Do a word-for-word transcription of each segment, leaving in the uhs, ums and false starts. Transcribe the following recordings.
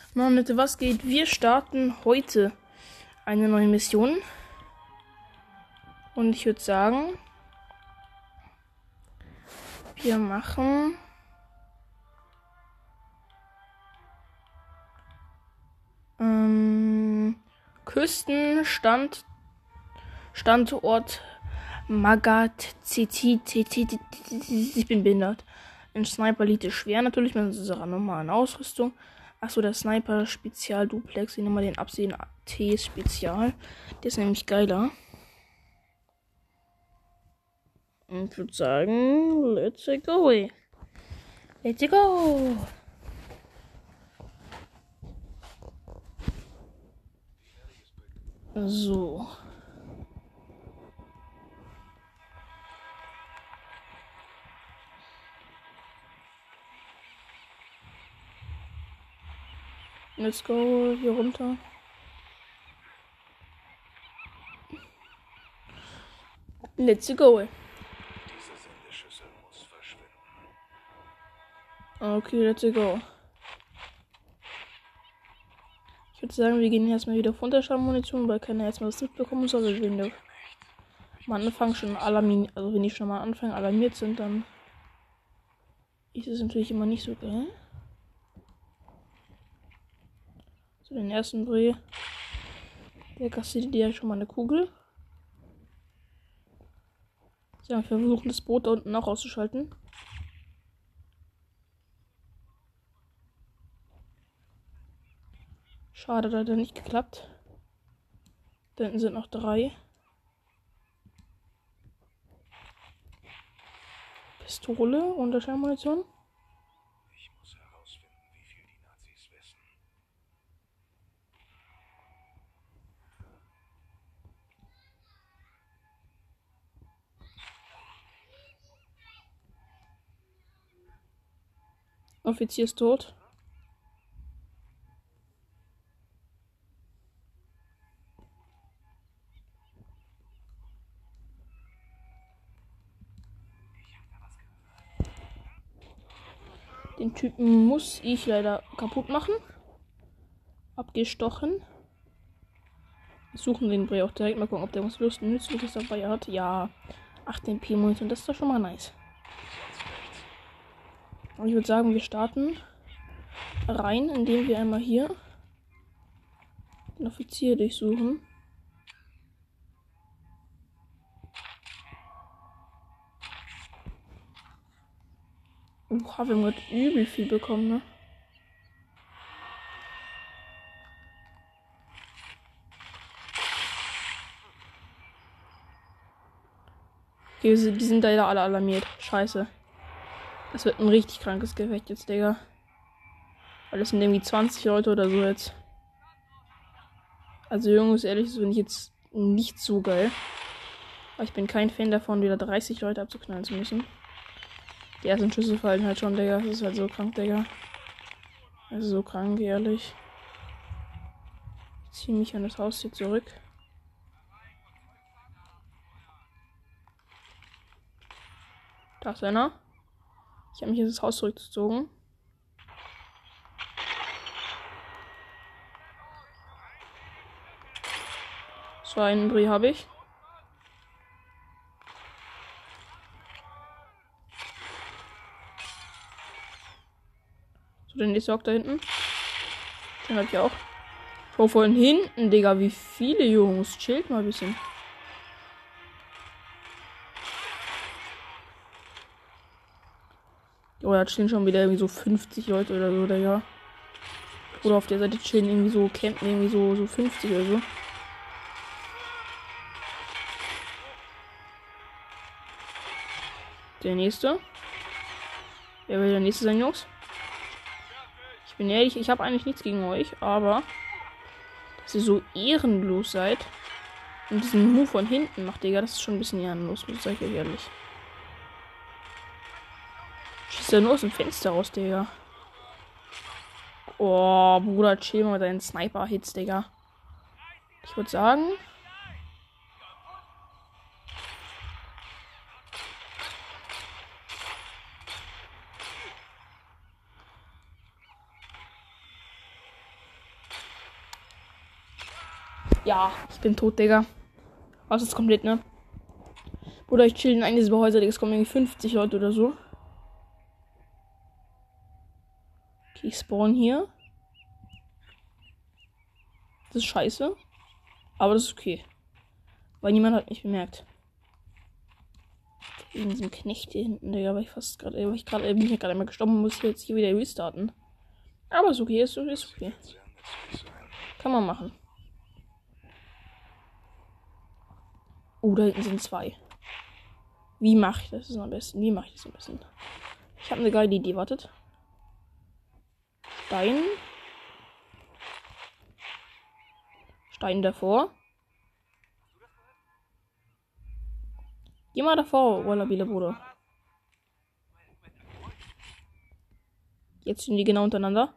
Na, Leute, was geht? Wir starten heute eine neue Mission. Und ich würde sagen, wir machen ähm, Küstenstand Standort Magat City. Ich bin behindert. Ein Sniper Elite schwer natürlich mit unserer normalen Ausrüstung. Achso, der Sniper Spezial Duplex. Ich nehme mal den Absehen T Spezial. Der ist nämlich geiler. Und ich würde sagen, let's go. Let's go. So. Let's go hier runter. Let's go. Okay, let's go. Ich würde sagen, wir gehen erstmal wieder auf Unterschallmunition, weil keiner erstmal das mitbekommen soll. Also wenn wir am Anfang schon alarmiert, also wenn die schon mal am Anfang alarmiert sind, dann ist es natürlich immer nicht so geil. So, den ersten Dreh. Der kassiert ja schon mal eine Kugel. So, wir versuchen das Boot da unten auch auszuschalten. Schade, da hat er nicht geklappt. Da hinten sind noch drei. Pistole, Unterschallmunition. Ich muss herausfinden, wie viel die Nazis wissen. Offizier ist tot. Den Typen muss ich leider kaputt machen. Abgestochen. Wir suchen den Bray auch direkt. Mal gucken, ob der was Lust und Nützliches dabei hat. Ja, achtzehn P Munition, das ist doch schon mal nice. Und ich würde sagen, wir starten rein, indem wir einmal hier den Offizier durchsuchen. Oha, wir haben gerade übel viel bekommen, ne? Okay, die sind leider alle alarmiert. Scheiße. Das wird ein richtig krankes Gefecht jetzt, Digga. Weil das sind irgendwie zwanzig Leute oder so jetzt. Also, Jungs, ehrlich, das finde ich jetzt nicht so geil. Aber ich bin kein Fan davon, wieder dreißig Leute abzuknallen zu müssen. Die ersten Schüsse fallen halt schon, Digga. Das ist halt so krank, Digga. Das ist so krank, ehrlich. Ich ziehe mich an das Haus hier zurück. Da ist einer. Ich habe mich in das Haus zurückgezogen. So einen Dreh habe ich. So, den nächsten auch da hinten. Den habe ich auch. Schau von hinten, Digga, wie viele Jungs. Chillt mal ein bisschen. Oh, da chillen schon wieder irgendwie so fünfzig Leute oder so, Digga. Oder auf der Seite chillen irgendwie so, campen irgendwie so, so fünfzig oder so. Der nächste. Wer will der nächste sein, Jungs? Ich bin ehrlich, ich habe eigentlich nichts gegen euch, aber dass ihr so ehrenlos seid und diesen Move von hinten macht, Digga, das ist schon ein bisschen ehrenlos, muss ich euch ehrlich. Schießt ja nur aus dem Fenster raus, Digga. Oh, Bruder, chill mal mit deinen Sniper-Hits, Digga. Ich würde sagen. Ja, ich bin tot, Digga. Was ist komplett, ne? Oder ich chill in eines dieser Häuser, Digga. Es kommen irgendwie fünfzig Leute oder so. Okay, ich spawn hier. Das ist scheiße. Aber das ist okay. Weil niemand hat mich bemerkt. Wegen diesem Knecht hier hinten, Digga, war ich fast gerade, ich gerade, bin ich gerade einmal gestorben und muss jetzt hier wieder restarten. Aber ist okay, ist, ist okay. Kann man machen. Oh, da hinten sind zwei. Wie mache ich das am besten? Wie mache ich das am besten? Ich habe eine geile Idee, wartet. Stein. Stein davor. Geh mal davor, Wallabile Bruder. Jetzt sind die genau untereinander.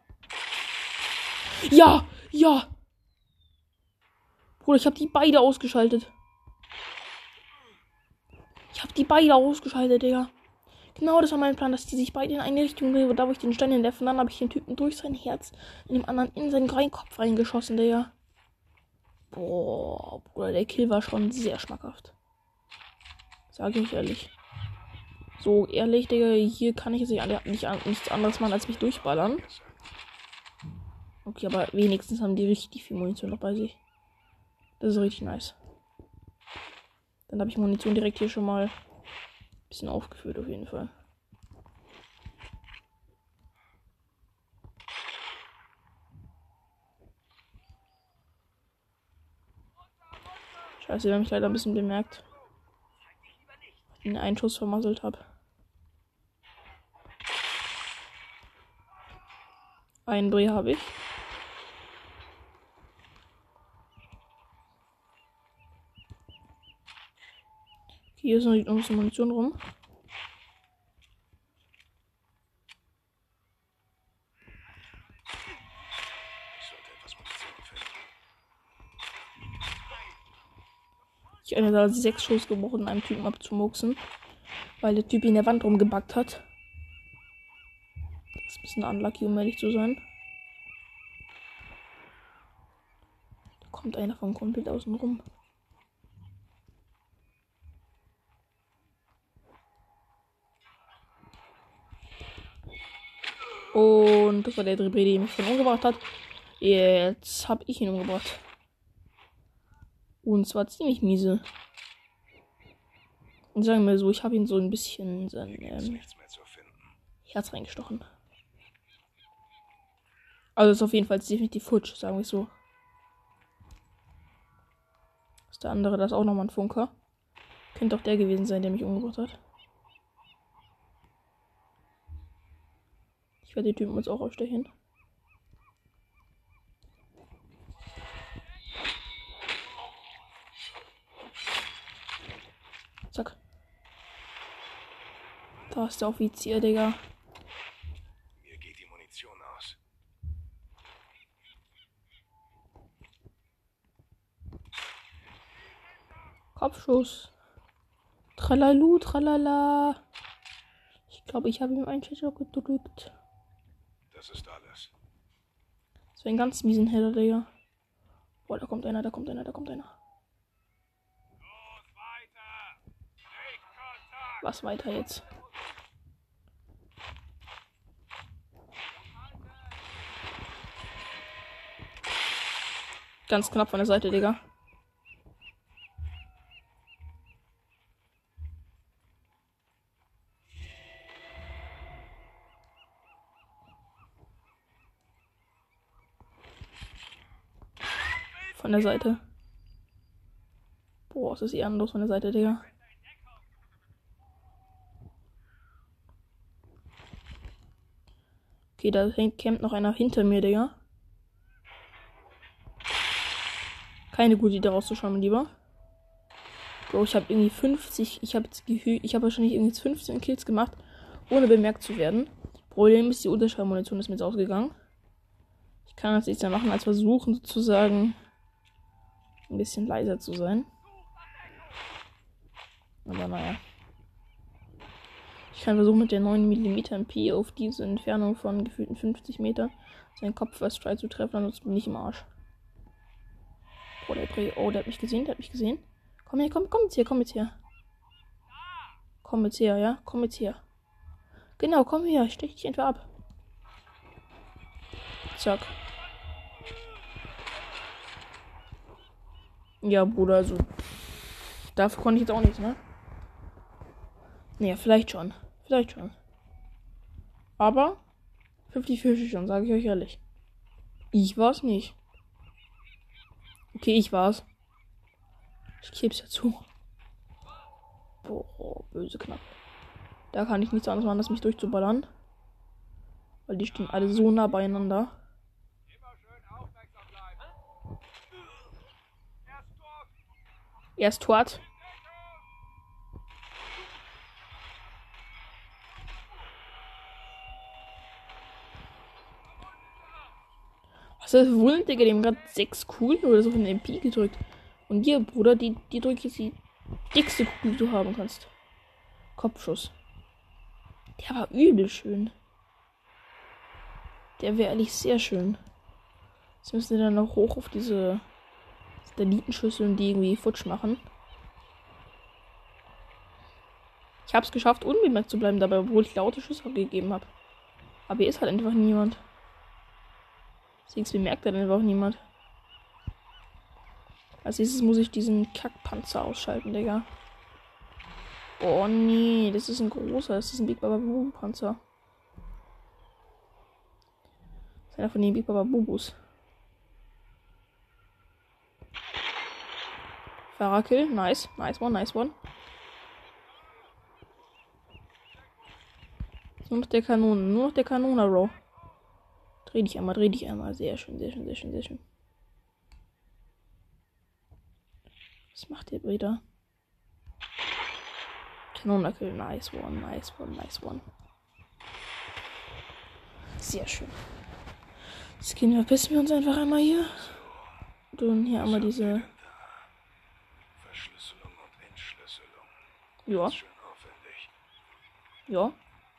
Ja, ja. Bruder, ich habe die beide ausgeschaltet. Ich habe die beide ausgeschaltet, Digga. Genau, das war mein Plan, dass die sich beide in eine Richtung gehen. Da wo ich den Stein in der und dann habe ich den Typen durch sein Herz in dem anderen in seinen kleinen Kopf reingeschossen, Digga. Boah, Bruder, der Kill war schon sehr schmackhaft. Sage ich ehrlich. So, ehrlich, Digga, hier kann ich jetzt nicht, nicht, nichts anderes machen, als mich durchballern. Okay, aber wenigstens haben die richtig viel Munition noch bei sich. Das ist richtig nice. Dann habe ich Munition direkt hier schon mal ein bisschen aufgefüllt, auf jeden Fall. Scheiße, wir haben mich leider ein bisschen bemerkt. Ich den einen Schuss vermasselt habe. Einen Dreh habe ich. Hier ist noch die ganze Munition rum. Ich habe da sechs Schuss gebrochen, einem Typen abzumurksen, weil der Typ in der Wand rumgebackt hat. Das ist ein bisschen unlucky, um ehrlich zu sein. Da kommt einer von komplett außen rum. Und das war der Dreh, der mich von umgebracht hat. Jetzt habe ich ihn umgebracht. Und zwar ziemlich miese. Und sagen wir so, ich habe ihn so ein bisschen in sein ähm, Herz reingestochen. Also ist auf jeden Fall definitiv futsch, sagen wir so. Ist der andere das auch nochmal ein Funker? Könnte auch der gewesen sein, der mich umgebracht hat. Ich werde den Typen jetzt auch ausstechen. Zack. Da ist der Offizier, Digga. Mir geht die Munition aus. Kopfschuss. Tralalu, tralala. Ich glaube, ich habe ihm einen Schächer gedrückt. Das ist alles. Das war ein ganz miesen Header, Digga. Boah, da kommt einer, da kommt einer, da kommt einer. Was weiter jetzt? Ganz knapp von der Seite, Digga. Von der Seite. Boah, es ist ehrenlos von der Seite, Digga. Okay, da hängt, campt noch einer hinter mir, Digga. Keine gute Idee rauszuschauen, lieber. Bro, ich habe irgendwie fünfzig, ich habe ich habe wahrscheinlich irgendwie fünfzehn Kills gemacht, ohne bemerkt zu werden. Problem ist, die Unterschallmunition ist mir jetzt ausgegangen. Ich kann das nichts mehr machen, als versuchen, sozusagen ein bisschen leiser zu sein. Aber naja. Ich kann versuchen, mit der neun Millimeter M P auf diese Entfernung von gefühlten fünfzig Meter seinen Kopf first try zu treffen, ansonsten bin ich im Arsch. Oh, der Bre oh, der hat mich gesehen, der hat mich gesehen. Komm her, komm, komm jetzt her, komm jetzt her. Komm jetzt her, ja? Komm jetzt her. Genau, komm her, ich stech dich einfach ab. Zack. Ja, Bruder, also. Dafür konnte ich jetzt auch nichts, ne? Naja, vielleicht schon. Vielleicht schon. Aber fünfzig fünfzig schon, sage ich euch ehrlich. Ich war's nicht. Okay, ich war's. Ich geb's ja zu. Boah, böse knapp. Da kann ich nichts anderes machen, als mich durchzuballern. Weil die stehen alle so nah beieinander. Erst Tort. Was ist das wohl, Digga? Die haben gerade sechs Kugeln oder so von der M P gedrückt. Und dir, Bruder, die, die drückt jetzt die dickste Kugel, die du haben kannst. Kopfschuss. Der war übel schön. Der wäre ehrlich sehr schön. Jetzt müssen wir dann noch hoch auf diese Satellitenschüssel und die irgendwie futsch machen. Ich habe es geschafft, unbemerkt zu bleiben dabei, obwohl ich laute Schüsse gegeben habe. Aber hier ist halt einfach niemand. Deswegen bemerkt er dann einfach niemand. Als nächstes muss ich diesen Kackpanzer ausschalten, Digga. Oh nee, das ist ein großer, das ist ein Big Baba Bubu Panzer. Das ist einer von den Big Baba Bubus. Fahrer-Kill, nice, nice one, nice one. Nur noch der Kanone, nur noch der Kanone, Bro. Dreh dich einmal, dreh dich einmal. Sehr schön, sehr schön, sehr schön, sehr schön. Was macht der Brüder? Kanonenkill, nice one, nice one, nice one. Sehr schön. Jetzt gehen, verpissen wir uns einfach einmal hier. Und hier einmal diese Verschlüsselung und Entschlüsselung. Ja. Schön aufwendig. Ja.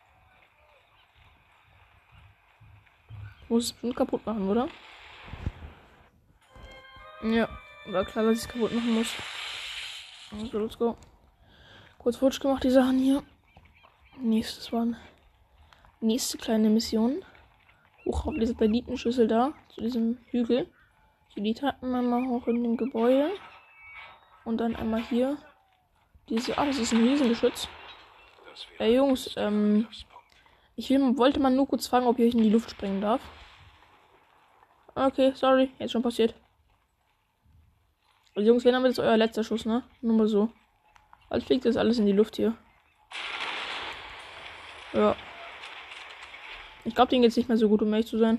Ich muss es bestimmt kaputt machen, oder? Ja, war klar, dass ich es kaputt machen muss. Also, let's go. Kurz futsch gemacht, die Sachen hier. Nächstes waren nächste kleine Mission. Hoch auf die Satellitenschüssel da, zu diesem Hügel. Die Treppen einmal hoch in dem Gebäude. Und dann einmal hier. Diese. Ah, das ist ein Riesengeschütz. Ey, Jungs, ähm. Ich will, wollte mal nur kurz fragen, ob ich euch in die Luft springen darf. Okay, sorry, jetzt schon passiert. Also Jungs, wenn haben wir jetzt euer letzter Schuss, ne? Nur mal so. Als fliegt das alles in die Luft hier. Ja. Ich glaube, den geht's nicht mehr so gut, um ehrlich zu sein.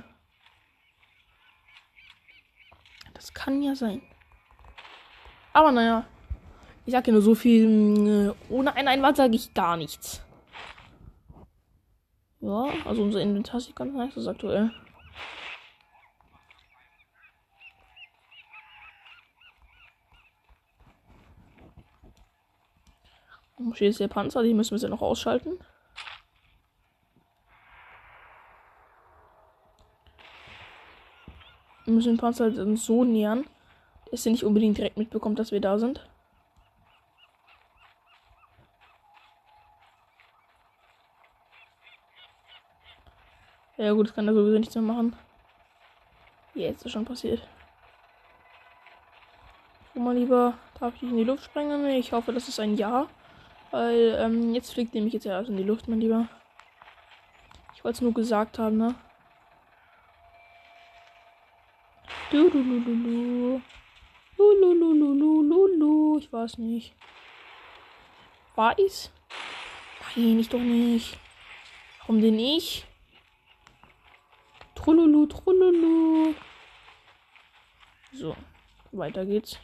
Das kann ja sein. Aber naja. Ich sag ja nur so viel. Ohne einen Einwand sage ich gar nichts. Ja, also unser Inventar sieht ganz nice aus aktuell. Hier ist der Panzer, die müssen wir jetzt noch ausschalten. Wir müssen den Panzer dann so nähern, dass er nicht unbedingt direkt mitbekommt, dass wir da sind. Ja gut, das kann er sowieso nichts mehr machen. Jetzt ist das schon passiert. So, mal lieber, darf ich in die Luft sprengen? Ich hoffe, das ist ein Ja. Weil, ähm, jetzt fliegt nämlich jetzt ja alles in die Luft, mein Lieber. Ich wollte es nur gesagt haben, ne? Du, du, du, du, du. Lu, lu, lu, lu, lu, lu, lu. Ich weiß nicht. Weiß? Nein, ich doch nicht. Warum denn nicht? Trululu, trululu. So, weiter geht's.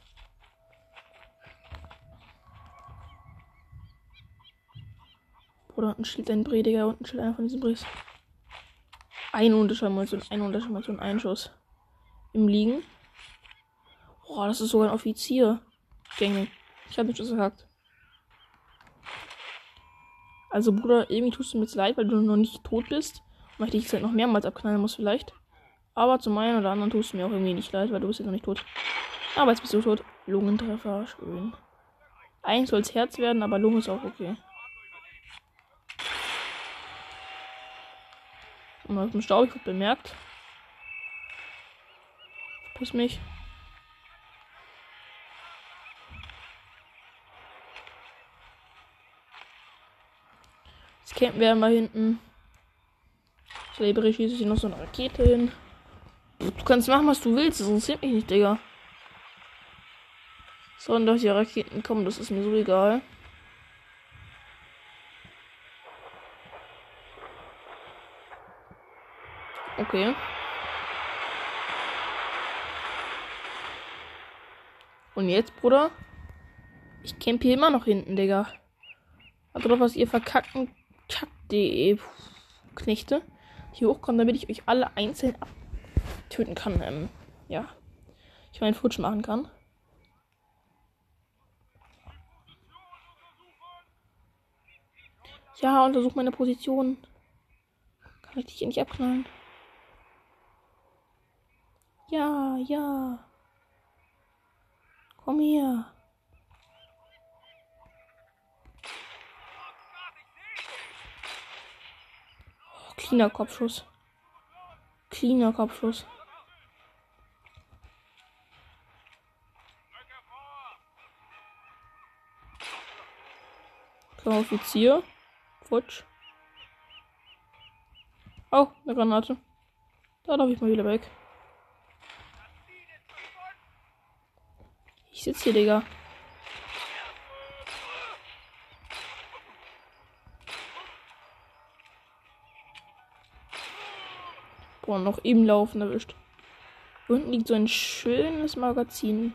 Oder unten steht ein Prediger, unten steht einer von diesen Bries. Ein Unterschallmunition, ein Unterschallmunition, ein Schuss. Im Liegen. Boah, das ist sogar ein Offizier. Gänge. Ich habe nicht das gesagt. Also, Bruder, irgendwie tust du mir jetzt leid, weil du noch nicht tot bist. Und ich dich jetzt halt noch mehrmals abknallen muss, vielleicht. Aber zu meinen oder anderen tust du mir auch irgendwie nicht leid, weil du bist jetzt noch nicht tot. Aber jetzt bist du tot. Lungentreffer, schön. Eigentlich soll es Herz werden, aber Lunge ist auch okay. Und aus dem Staub, ich wurde bemerkt. Puss mich. Jetzt campen wir mal hinten. Slavery schießt hier noch so eine Rakete hin. Du kannst machen, was du willst. Das interessiert mich nicht, Digga. Sollen doch die Raketen kommen, das ist mir so egal. Okay. Und jetzt, Bruder? Ich camp hier immer noch hinten, Digga. Also doch, was ihr verkackten Kack.de Knechte hier hochkommen, damit ich euch alle einzeln abtöten kann. Ähm, ja. Ich meinen Futsch machen kann. Ja, untersuch meine Position. Kann ich dich hier nicht abknallen? Ja, ja. Komm her. Oh, cleaner Kopfschuss. Cleaner Kopfschuss. Kleiner Offizier. Futsch. Oh, eine Granate. Da darf ich mal wieder weg. Ich sitze hier, Digga. Boah, noch eben laufen erwischt. Unten liegt so ein schönes Magazin.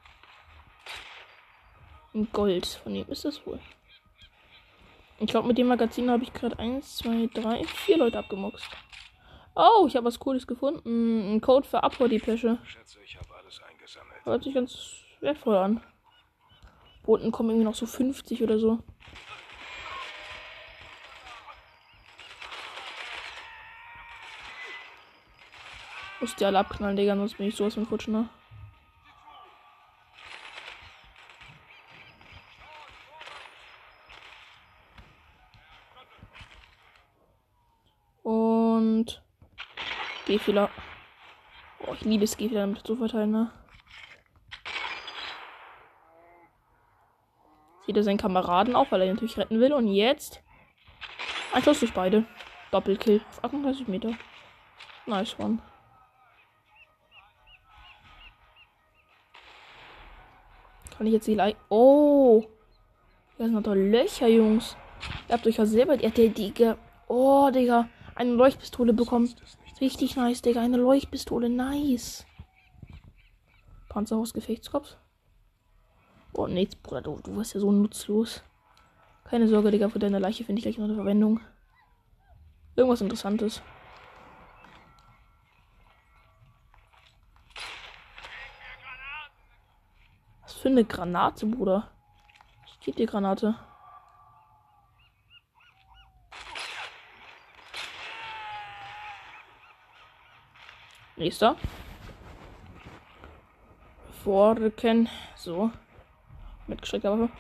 In Gold. Von wem ist das wohl? Ich glaube, mit dem Magazin habe ich gerade eins, zwei, drei, vier Leute abgemuxt. Oh, ich habe was Cooles gefunden. Ein Code für Abhördepesche. Schätze, ich habe alles eingesammelt. Hört sich ganz wertvoll an. Unten kommen irgendwie noch so fünfzig oder so. Muss die alle abknallen, Digga, sonst bin ich sowas von futsch, ne? Und Gehfehler. Oh, ich liebe es, Gehfehler damit zu verteilen, ne? Sieht er seinen Kameraden auf, weil er ihn natürlich retten will. Und jetzt ein Schuss durch beide. Doppelkill auf achtunddreißig Meter. Nice one. Kann ich jetzt die Leiche... Oh! Da sind doch Löcher, Jungs. Ihr habt euch ja selber... Ihr habt ja, Digga... Oh, Digga. Eine Leuchtpistole bekommen. Richtig nice, Digga. Eine Leuchtpistole. Nice. Panzerhaus Gefechtskopf. Oh, nee, Bruder. Du, du warst ja so nutzlos. Keine Sorge, Digga. Für deine Leiche finde ich gleich noch eine Verwendung. Irgendwas Interessantes. Was für eine Granate, Bruder. Ich gebe dir Granate. Nächster. Vorrücken. So. Mit gestreckter Waffe.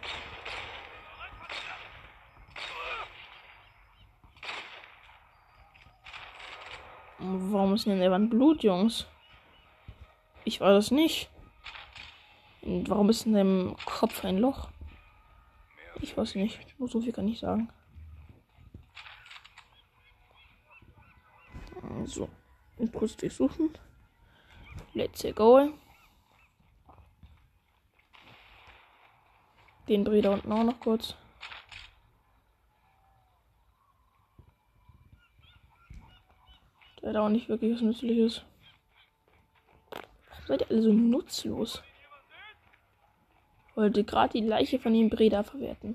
Warum ist denn in der Wand Blut, Jungs? Ich weiß es nicht. Und warum ist in deinem Kopf ein Loch? Ich weiß nicht. Nur so viel kann ich sagen. So. Und kurz durchsuchen. Let's go. Den Dreh da unten auch noch kurz. Der hat auch nicht wirklich was Nützliches. Warum seid ihr alle so nutzlos? Wollte gerade die Leiche von dem Breda verwerten.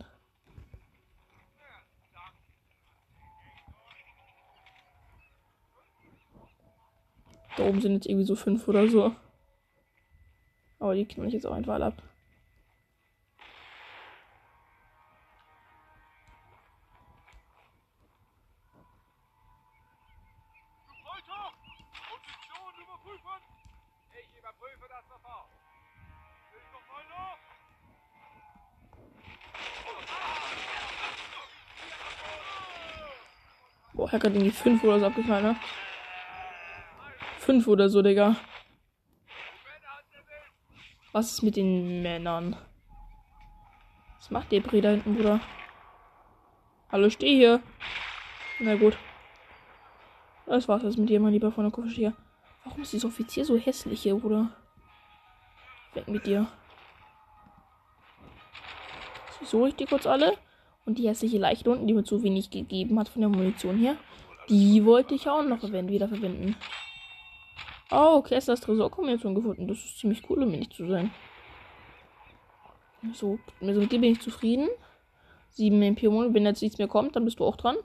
Da oben sind jetzt irgendwie so fünf oder so. Aber die knall ich jetzt auch einfach alle ab. Boah, ich hab grad irgendwie fünf oder so abgeknallt, ne? Fünf oder so, Digga. Was ist mit den Männern? Was macht der Bre da hinten, Bruder? Hallo, steh hier. Na gut. Das war's jetzt mit dir, mein lieber von der Kofferstier. Warum ist dieser Offizier so hässlich hier, Bruder? Weg mit dir. So ich die kurz alle. Und die hässliche Leiche unten, die mir zu wenig gegeben hat von der Munition hier. Die wollte ich auch noch wieder verwenden. Oh, okay, ist das Tresorkombination gefunden. Das ist ziemlich cool, um mir nicht zu sein. So, also mit dir bin ich zufrieden. Sieben M P, wenn jetzt nichts mehr kommt, dann bist du auch dran.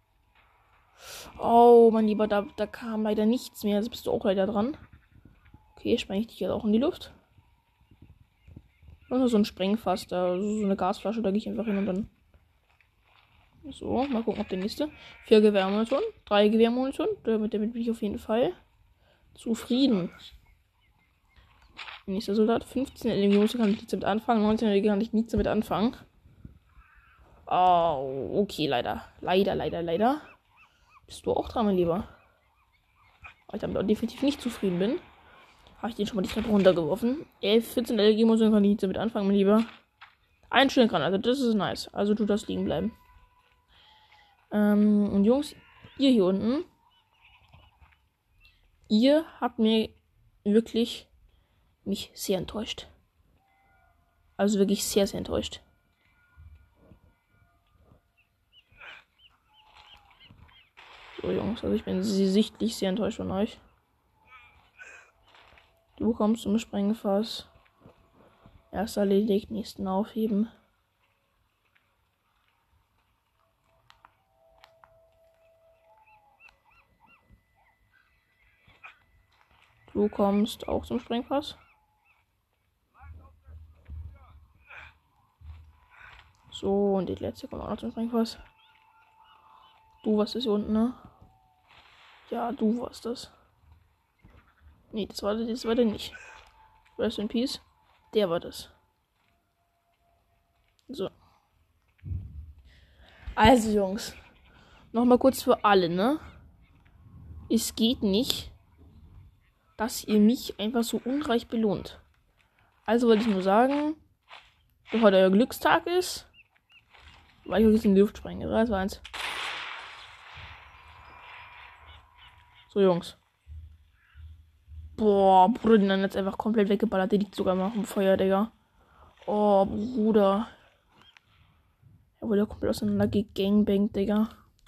Oh, mein Lieber, da, da kam leider nichts mehr. Also bist du auch leider dran. Okay, spreng ich dich jetzt auch in die Luft. Also so ein Sprengfass, da, so eine Gasflasche, da gehe ich einfach hin und dann. So, mal gucken, ob der nächste. Vier Gewehrmunition, drei Gewehrmunition. Damit, damit bin ich auf jeden Fall zufrieden. Nächster Soldat, fünfzehn L M G kann ich nichts damit anfangen, neunzehn L M G kann ich nichts damit anfangen. Oh, okay, leider. Leider, leider, leider. Bist du auch dran, mein Lieber? Weil ich damit auch definitiv nicht zufrieden bin. Habe ich den schon mal die Treppe runtergeworfen. elf, vierzehn L G Munition kann ich nichts damit anfangen, mein Lieber. Ein Schildkran, also das ist nice. Also tut das liegen bleiben. Ähm, und Jungs, ihr hier unten. Ihr habt mir wirklich mich sehr enttäuscht. Also wirklich sehr, sehr enttäuscht. So, Jungs, also ich bin sichtlich sehr enttäuscht von euch. Du kommst zum Sprengfass. Erst erledigt, nächsten aufheben. Du kommst auch zum Sprengfass. So, und die letzte kommt auch noch zum Sprengfass. Du warst das hier unten, ne? Ja, du warst das. Nee, das war, das war der nicht. Rest in Peace. Der war das. So. Also, Jungs. Nochmal kurz für alle, ne? Es geht nicht, dass ihr mich einfach so unreich belohnt. Also wollte ich nur sagen, dass heute euer Glückstag ist, weil ich euch jetzt in die Luft sprenge. drei, zwei, eins. So, Jungs. Boah, Bruder, den dann jetzt einfach komplett weggeballert. Der liegt sogar mal im Feuer, Digga. Oh, Bruder. Er wurde ja komplett auseinander gegangbangt, Digga.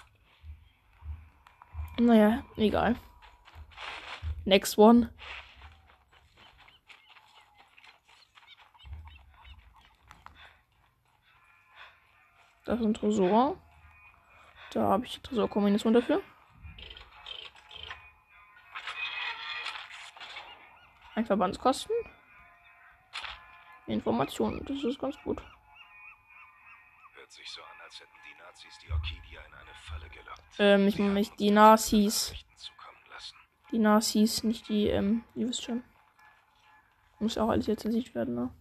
Naja, egal. Next one. Das ist ein Tresor. Da habe ich die Tresorkombination dafür. Ein Verbandskosten. Informationen, das ist ganz gut. Hört sich so an, als hätten die Nazis die Orchidea in eine Falle gelockt. Ähm, ich meine nicht die Nazis. Nachrichten zukommen lassen. Die Nazis, nicht die, ähm, ihr wisst schon. Muss auch alles jetzt zensiert werden, ne?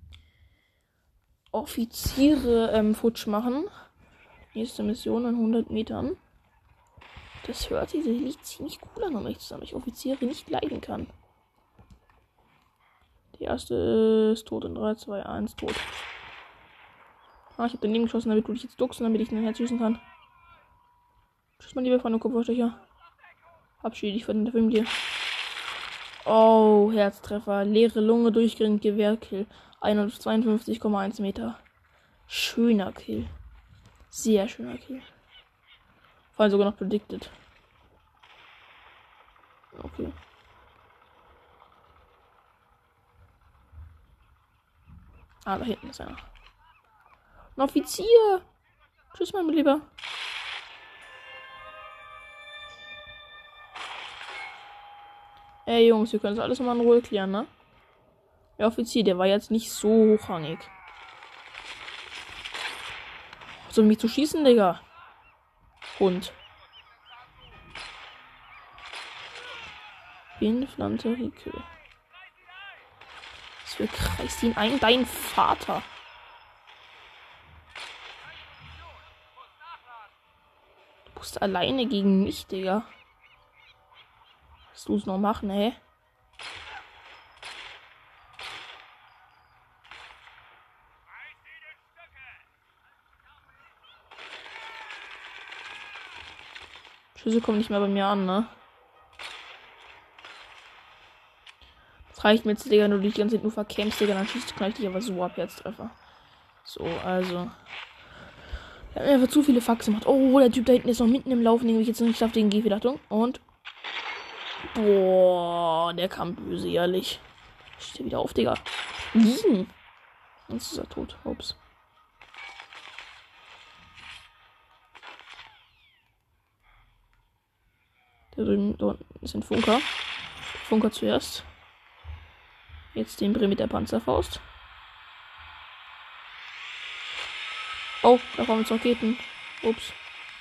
Offiziere, ähm, futsch machen. Nächste Mission in hundert Metern. Das hört sich, das liegt ziemlich cool an, um echt zu sagen, ich Offiziere nicht leiden kann. Die erste ist tot in drei, zwei, eins, tot. Ah, ich habe daneben geschossen, damit du dich jetzt duckst, damit ich ihn Herz schießen kann. Tschüss, mein lieber Freund und Kupferstecher. Abschiede dich von der Familie. Oh, Herztreffer. Leere Lunge, durchgehend Gewehrkill. hundertzweiundfünfzig Komma eins Meter. Schöner Kill. Sehr schöner Kill. Vor allem sogar noch predicted. Okay. Ah, da hinten ist einer. Ein Offizier. Tschüss, mein Lieber. Ey, Jungs, wir können das alles nochmal in Ruhe klären, ne? Der Offizier, der war jetzt nicht so hochrangig. Soll mich zu schießen, Digga? Und. Infanteriekill. Was für kreist ihn ein? Dein Vater. Du musst alleine gegen mich, Digga. Was du es noch machen, hä? Schüsse kommen nicht mehr bei mir an, ne? Das reicht mir jetzt, Digga, nur dich die ganze Zeit nur verkämpfst, Digga, dann schießt knall ich dich aber so ab jetzt einfach. So, also. Er hat mir einfach zu viele Fax gemacht. Oh, der Typ da hinten ist noch mitten im Laufen, den ich jetzt noch nicht schaffe, den G vier. Achtung. Und. Boah, der kam böse, ehrlich. Steht wieder auf, Digga. Liegen. Sonst ist er tot. Ups. Da drüben, da unten ist ein Funker. Der Funker zuerst. Jetzt den Bre mit der Panzerfaust. Oh, da kommen jetzt Raketen. Ups.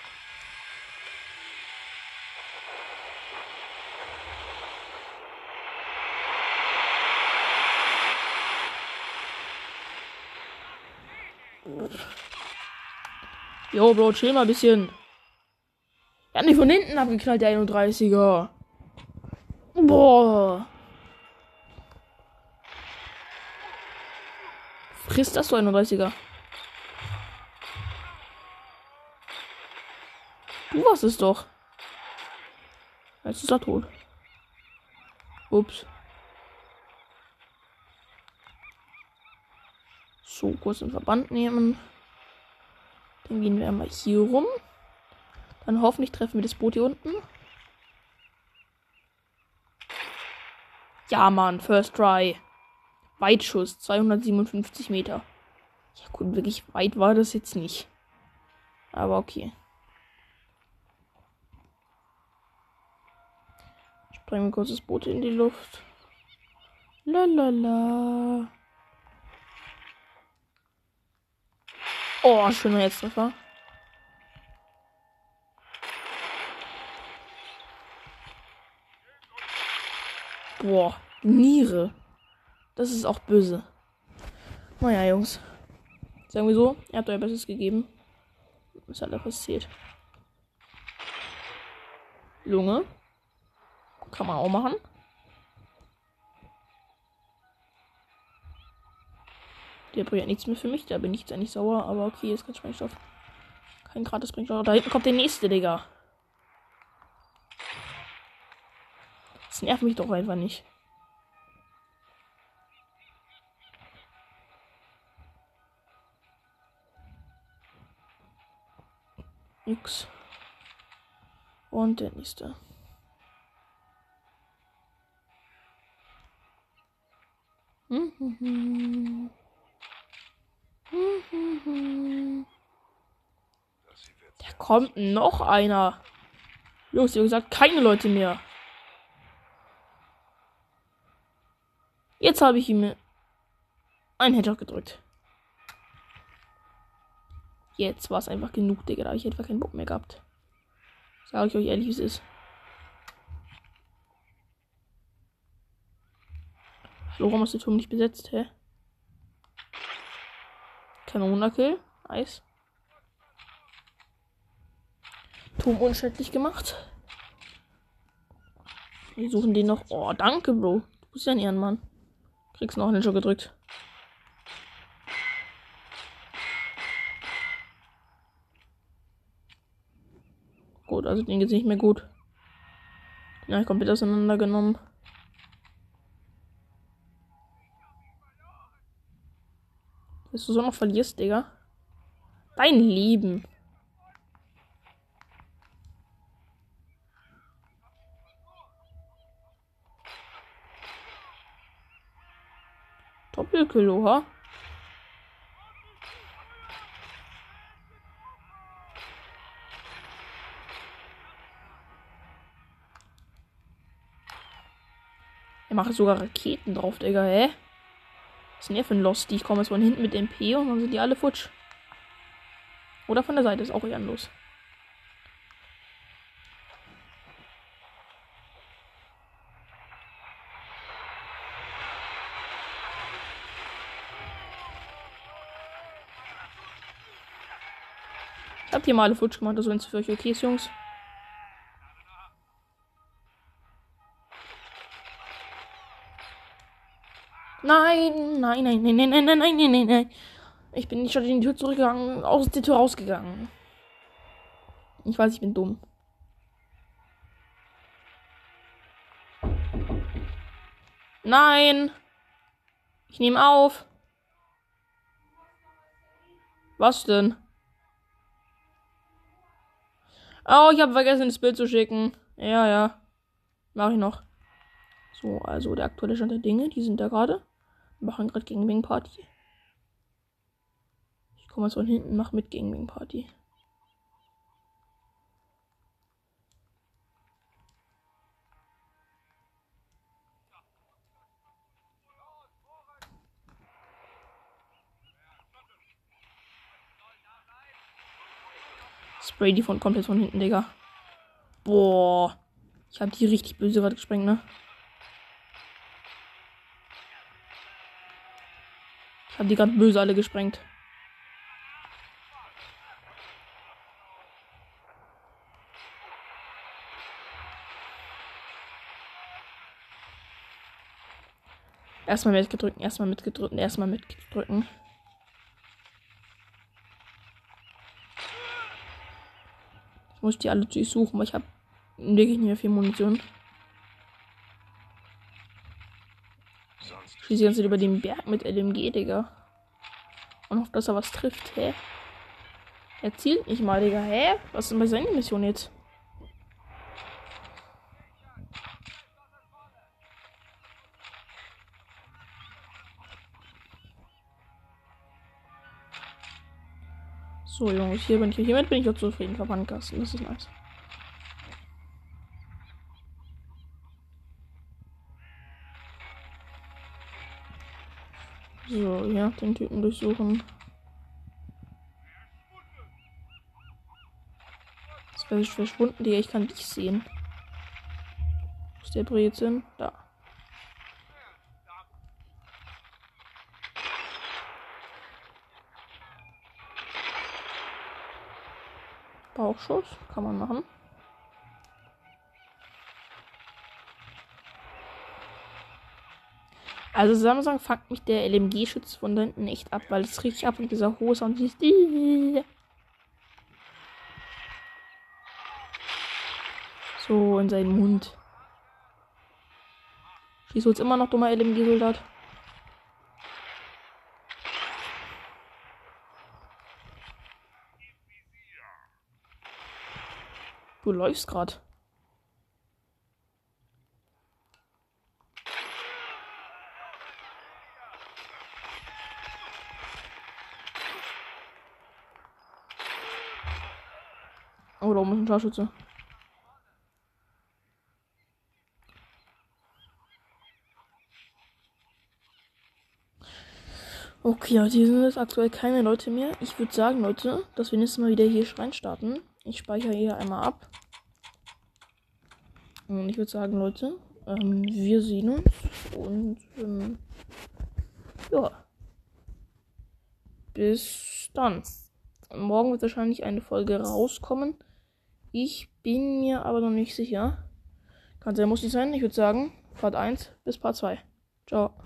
Jo, Bro, chill mal ein bisschen. Er hat mich von hinten abgeknallt, der einunddreißiger. Boah. Frisst das so einunddreißiger. Du warst es doch. Jetzt ist er tot. Ups. So, kurz den Verband nehmen. Dann gehen wir einmal hier rum. Dann hoffentlich treffen wir das Boot hier unten. Ja, Mann, First Try. Weitschuss, zweihundertsiebenundfünfzig Meter. Ja gut, wirklich weit war das jetzt nicht. Aber okay. Sprengen wir kurz das Boot in die Luft. Lalala. Oh, schöner Hetztreffer. Boah, Niere. Das ist auch böse. Naja, Jungs. Sagen wir so, ihr habt euer Bestes gegeben. Was hat da passiert? Lunge. Kann man auch machen. Der bringt nichts mehr für mich. Da bin ich jetzt eigentlich sauer. Aber okay, ist kein Sprengstoff. Kein gratis Sprengstoff. Da hinten kommt der nächste, Digga. Das nervt mich doch einfach nicht. Nix. Und der nächste. Hm, hm, hm. Hm, hm, hm. Da kommt noch einer. Los, wie gesagt, keine Leute mehr. Jetzt habe ich ihm einen Headshot gedrückt. Jetzt war es einfach genug, Digga. Da habe ich einfach keinen Bock mehr gehabt. Sag ich euch ehrlich, wie es ist. Hallo, warum ist der Turm nicht besetzt, hä? Kanonenkill. Nice. Turm unschädlich gemacht. Wir suchen den noch. Oh, danke, Bro. Du bist ja ein Ehrenmann. Kriegst noch einen Schuh gedrückt. Gut, also den geht's nicht mehr gut. Ja, komplett auseinandergenommen. Dass du so noch verlierst, Digga. Dein Leben. Doppelkill, oha. Er macht sogar Raketen drauf, Digga, hä? Was ist denn der für ein Lost? Ich komme jetzt von hinten mit M P und dann sind die alle futsch. Oder von der Seite ist auch ehrenlos. Ich hab hier mal alle futsch gemacht, also wenn es für euch okay ist, Jungs. Nein, nein, nein, nein, nein, nein, nein, nein, nein, nein. Ich bin nicht schon in die Tür zurückgegangen, aus der Tür rausgegangen. Ich weiß, ich bin dumm. Nein. Ich nehme auf. Was denn? Oh, ich habe vergessen, das Bild zu schicken. Ja, ja. Mach ich noch. So, also der aktuelle Stand der Dinge, die sind da gerade. Machen gerade Gangbang Party. Ich komme jetzt von hinten, mach mit Gangbang Party. Spray die von komplett von hinten, Digga. Boah. Ich habe die richtig böse gerade gesprengt, ne? Ich habe die gerade böse alle gesprengt. Erstmal mitgedrückt, erstmal mitgedrückt, erstmal mitdrücken. Ich muss die alle durchsuchen, weil ich habe wirklich nicht mehr viel Munition. Ich schieße die ganze Zeit über den Berg mit L M G, Digga. Und hoffe, dass er was trifft, hä? Er zielt nicht mal, Digga, hä? Was ist denn bei seiner Mission jetzt? So, Jungs, hier bin ich. Hiermit bin ich auch zufrieden, Verbandkasten. Das ist nice. So, ja, den Typen durchsuchen. Das wäre verschwunden, Digga. Ich kann dich sehen. Wo ist der Brezen? Da. Bauchschuss kann man machen. Also Samsung fuckt mich der L M G-Schütz von da hinten echt ab, weil es richtig ab und dieser hohe Sound ist. So in seinen Mund. Schießt uns immer noch, dummer L M G-Soldat. Du läufst gerade. Oh, da oben ist ein Scharfschütze. Okay, also hier sind jetzt aktuell keine Leute mehr. Ich würde sagen, Leute, dass wir nächstes Mal wieder hier rein starten. Ich speichere hier einmal ab. Und ich würde sagen, Leute, ähm, wir sehen uns. Und ähm, ja. Bis dann. Morgen wird wahrscheinlich eine Folge rauskommen. Ich bin mir aber noch nicht sicher. Kann sein, muss nicht sein. Ich würde sagen, Part eins bis Part zwei. Ciao.